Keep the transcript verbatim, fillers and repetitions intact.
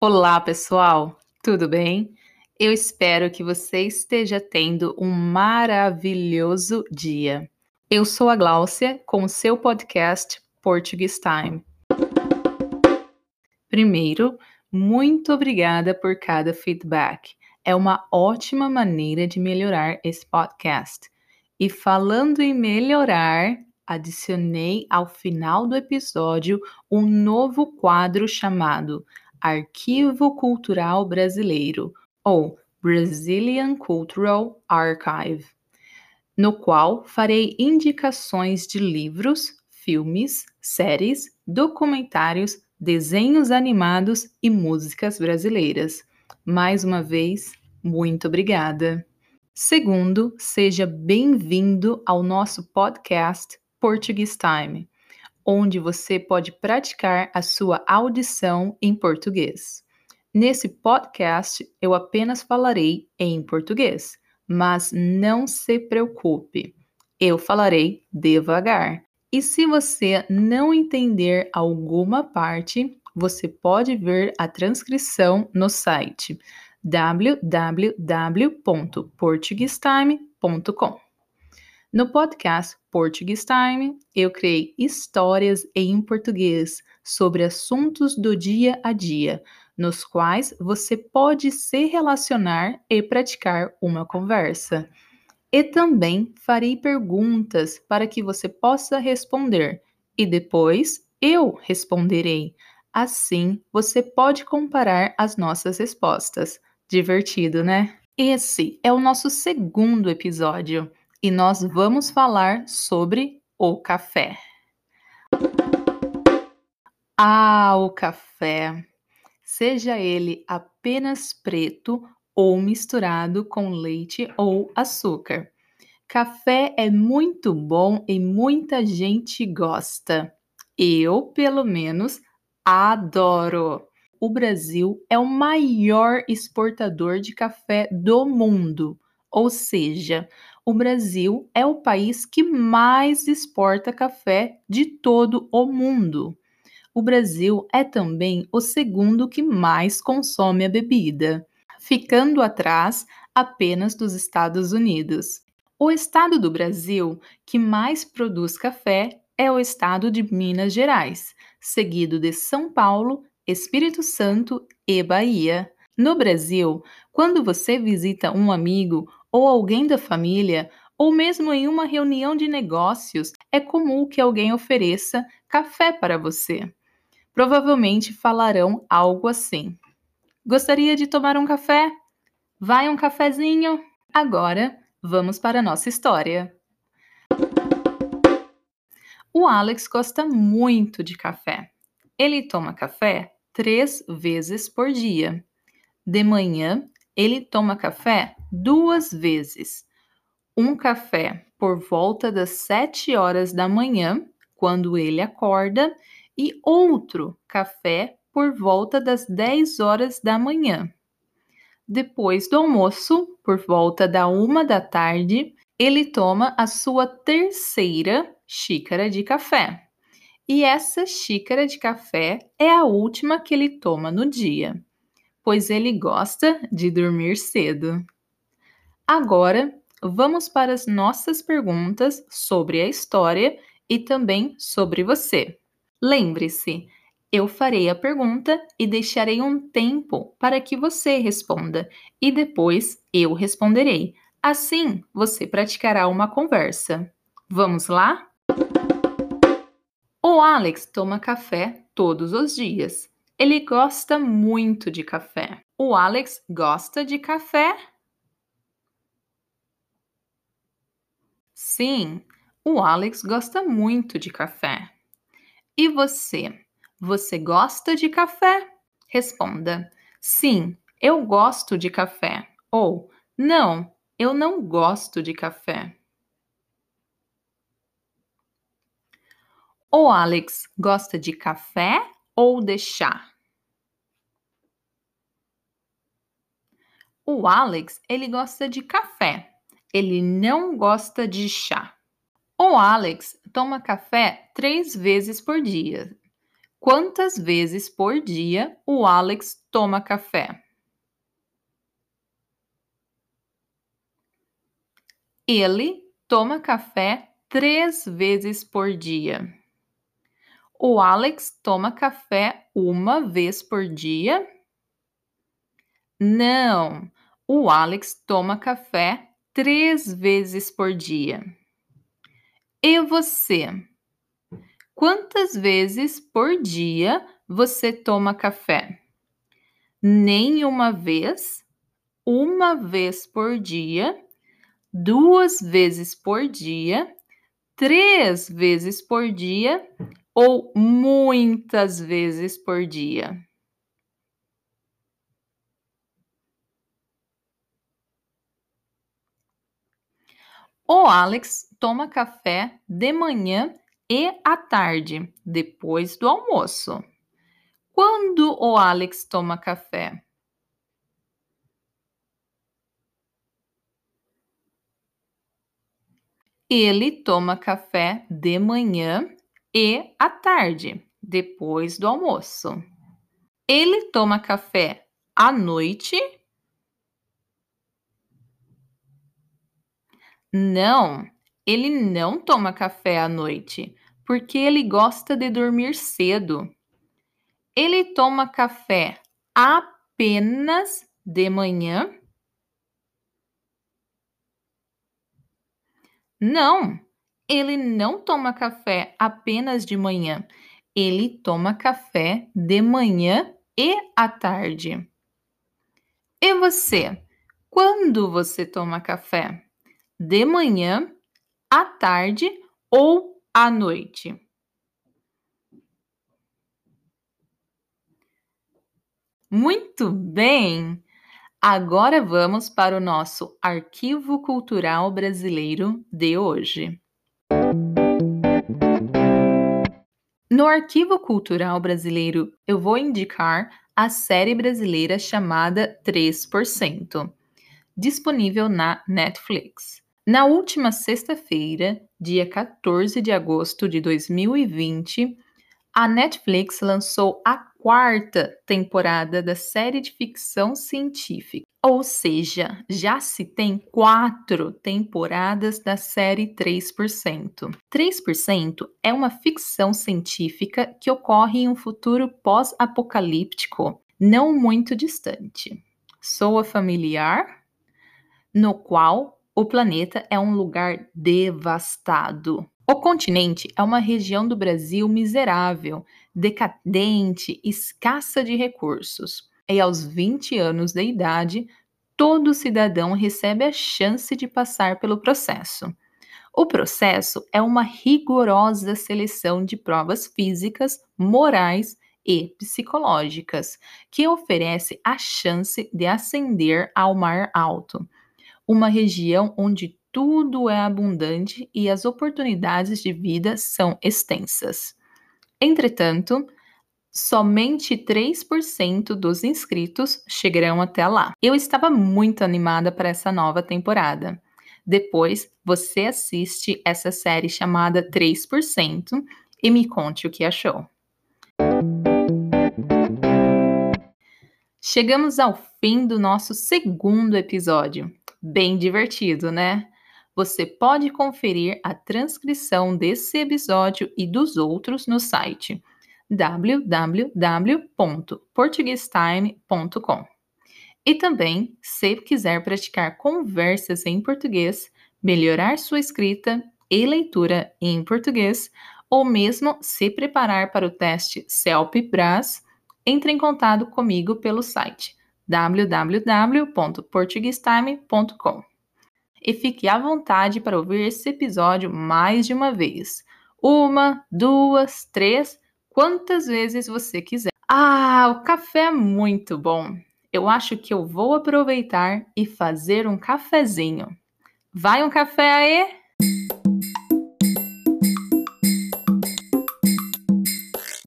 Olá, pessoal, tudo bem? Eu espero que você esteja tendo um maravilhoso dia. Eu sou a Gláucia com o seu podcast Portuguese Time. Primeiro, muito obrigada por cada feedback. É uma ótima maneira de melhorar esse podcast. E falando em melhorar, adicionei ao final do episódio um novo quadro chamado Arquivo Cultural Brasileiro, ou Brazilian Cultural Archive, no qual farei indicações de livros, filmes, séries, documentários, desenhos animados e músicas brasileiras. Mais uma vez, muito obrigada. Segundo, seja bem-vindo ao nosso podcast Portuguese Time, onde você pode praticar a sua audição em português. Nesse podcast, eu apenas falarei em português, mas não se preocupe, eu falarei devagar. E se você não entender alguma parte, você pode ver a transcrição no site w w w ponto portuguestime ponto com. No podcast Portuguese Time, eu criei histórias em português sobre assuntos do dia a dia, nos quais você pode se relacionar e praticar uma conversa. E também farei perguntas para que você possa responder, e depois eu responderei. Assim, você pode comparar as nossas respostas. Divertido, né? Esse é o nosso segundo episódio e nós vamos falar sobre o café. Ah, o café! Seja ele apenas preto ou misturado com leite ou açúcar. Café é muito bom e muita gente gosta. Eu, pelo menos, adoro. O Brasil é o maior exportador de café do mundo, ou seja, o Brasil é o país que mais exporta café de todo o mundo. O Brasil é também o segundo que mais consome a bebida, ficando atrás apenas dos Estados Unidos. O estado do Brasil que mais produz café é o estado de Minas Gerais, seguido de São Paulo, Espírito Santo e Bahia. No Brasil, quando você visita um amigo ou alguém da família, ou mesmo em uma reunião de negócios, é comum que alguém ofereça café para você. Provavelmente falarão algo assim: Gostaria de tomar um café? Vai um cafezinho? Agora, vamos para a nossa história. O Alex gosta muito de café. Ele toma café três vezes por dia. De manhã, ele toma café duas vezes. Um café por volta das sete horas da manhã, quando ele acorda, e outro café por volta das dez horas da manhã. Depois do almoço, por volta da uma da tarde, ele toma a sua terceira xícara de café. E essa xícara de café é a última que ele toma no dia, pois ele gosta de dormir cedo. Agora, vamos para as nossas perguntas sobre a história e também sobre você. Lembre-se, eu farei a pergunta e deixarei um tempo para que você responda, e depois eu responderei. Assim, você praticará uma conversa. Vamos lá? O Alex toma café todos os dias. Ele gosta muito de café. O Alex gosta de café? Sim, o Alex gosta muito de café. E você? Você gosta de café? Responda: Sim, eu gosto de café. Ou não, eu não gosto de café. O Alex gosta de café ou de chá? O Alex, ele gosta de café. Ele não gosta de chá. O Alex toma café três vezes por dia. Quantas vezes por dia o Alex toma café? Ele toma café três vezes por dia. O Alex toma café uma vez por dia? Não, o Alex toma café três vezes por dia. E você? Quantas vezes por dia você toma café? Nenhuma vez, uma vez por dia, duas vezes por dia, três vezes por dia ou muitas vezes por dia? O Alex toma café de manhã e à tarde, depois do almoço. Quando o Alex toma café? Ele toma café de manhã e à tarde, depois do almoço. Ele toma café à noite? Não, ele não toma café à noite, porque ele gosta de dormir cedo. Ele toma café apenas de manhã? Não, ele não toma café apenas de manhã. Ele toma café de manhã e à tarde. E você? Quando você toma café? De manhã, à tarde ou à noite? Muito bem! Agora vamos para o nosso Arquivo Cultural Brasileiro de hoje. No Arquivo Cultural Brasileiro, eu vou indicar a série brasileira chamada três por cento, disponível na Netflix. Na última sexta-feira, dia quatorze de agosto de dois mil e vinte, a Netflix lançou a quarta temporada da série de ficção científica. Ou seja, já se tem quatro temporadas da série três por cento. três por cento é uma ficção científica que ocorre em um futuro pós-apocalíptico, não muito distante. Soa familiar? No qual o planeta é um lugar devastado. O continente é uma região do Brasil miserável, decadente, escassa de recursos. E aos vinte anos de idade, todo cidadão recebe a chance de passar pelo processo. O processo é uma rigorosa seleção de provas físicas, morais e psicológicas, que oferece a chance de ascender ao mar alto, uma região onde tudo é abundante e as oportunidades de vida são extensas. Entretanto, somente três por cento dos inscritos chegarão até lá. Eu estava muito animada para essa nova temporada. Depois, você assiste essa série chamada três por cento e me conte o que achou. Chegamos ao fim do nosso segundo episódio. Bem divertido, né? Você pode conferir a transcrição desse episódio e dos outros no site w w w ponto portuguestime ponto com. E também, se quiser praticar conversas em português, melhorar sua escrita e leitura em português, ou mesmo se preparar para o teste CELP-Bras, entre em contato comigo pelo site w w w ponto portuguestime ponto com. E fique à vontade para ouvir esse episódio mais de uma vez. Uma, duas, três, quantas vezes você quiser. Ah, o café é muito bom. Eu acho que eu vou aproveitar e fazer um cafezinho. Vai um café aí?